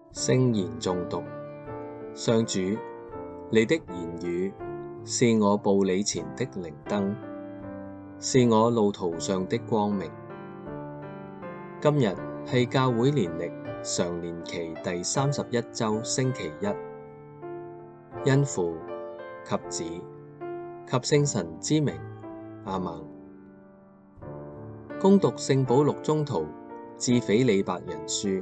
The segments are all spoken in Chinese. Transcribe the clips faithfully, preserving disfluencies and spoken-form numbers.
聖言誦讀。上主，你的言語是我步履前的靈燈，是我路途上的光明。今日係教會年曆常年期第三十一周星期一，因父及子及聖神之名，阿們。恭讀聖保祿宗徒致斐理伯人書。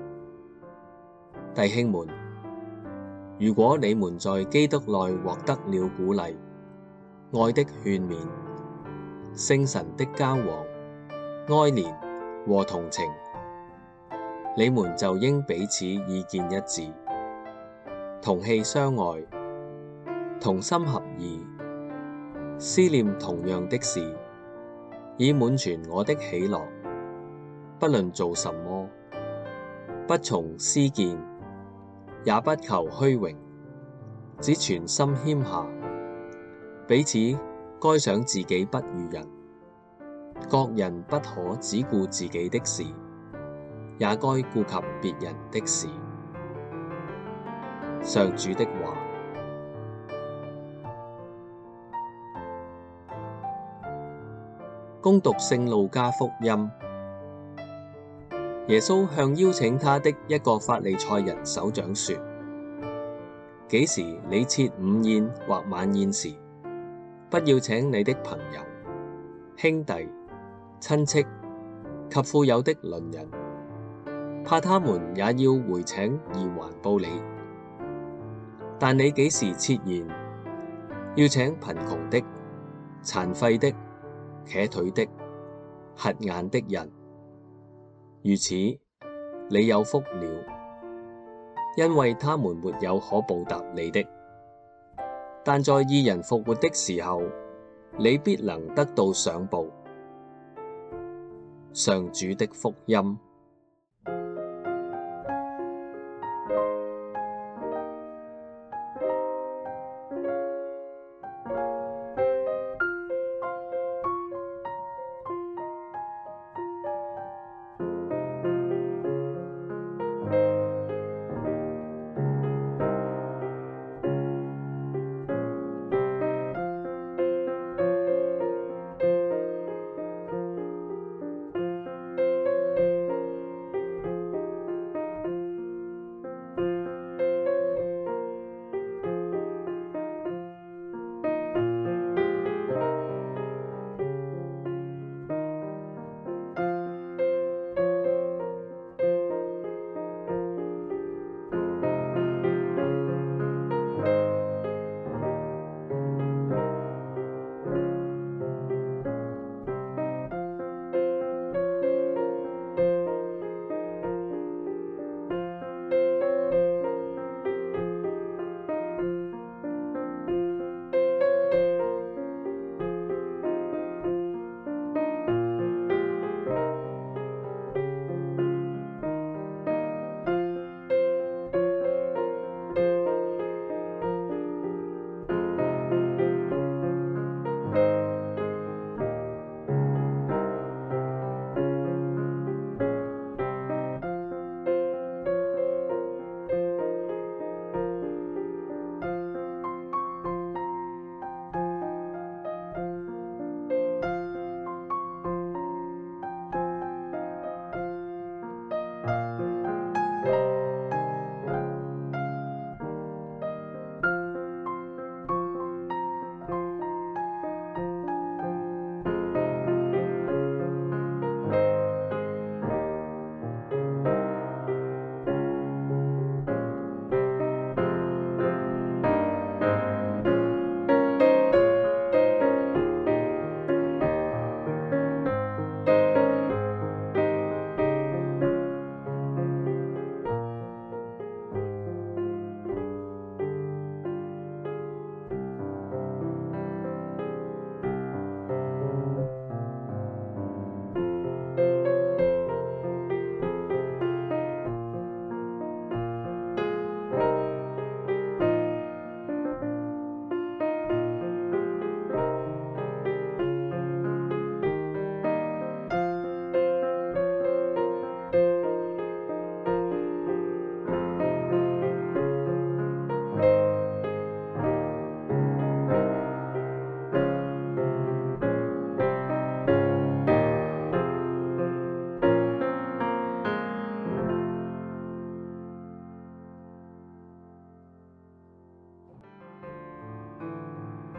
弟兄們，如果你們在基督內獲得了鼓勵、愛的勸勉、聖神的交往、哀憐和同情，你們就應彼此意見一致，同氣相愛，同心合意，思念同樣的事，以滿全我的喜樂。不論做什麼，不從私見，也不求虛榮，只全心謙下，彼此該想自己不如人。各人不可只顧自己的事，也該顧及別人的事。上主的話。恭讀聖路加福音。耶穌向邀請他的一個法利賽人首長說：幾時你設午宴或晚宴時，不要請你的朋友、兄弟、親戚及富有的鄰人，怕他們也要回請而還報你。但你幾時設宴，要請貧窮的、殘廢的、瘸腿的、瞎眼的人。如此，你有福了，因為他們沒有可報答你的。但在義人復活的時候，你必能得到賞報。上主的福音。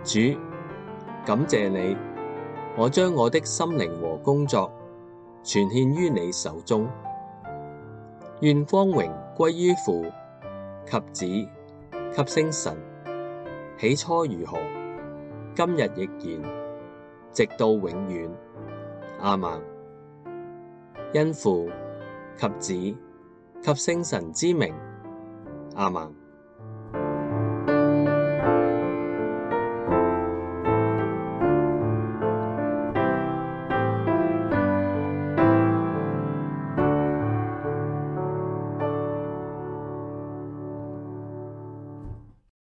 主，感謝你，我將我的心靈和工作全獻於你手中。願光榮歸於父及子及聖神，起初如何，今日亦然，直到永遠。阿們。因父及子及聖神之名。阿們。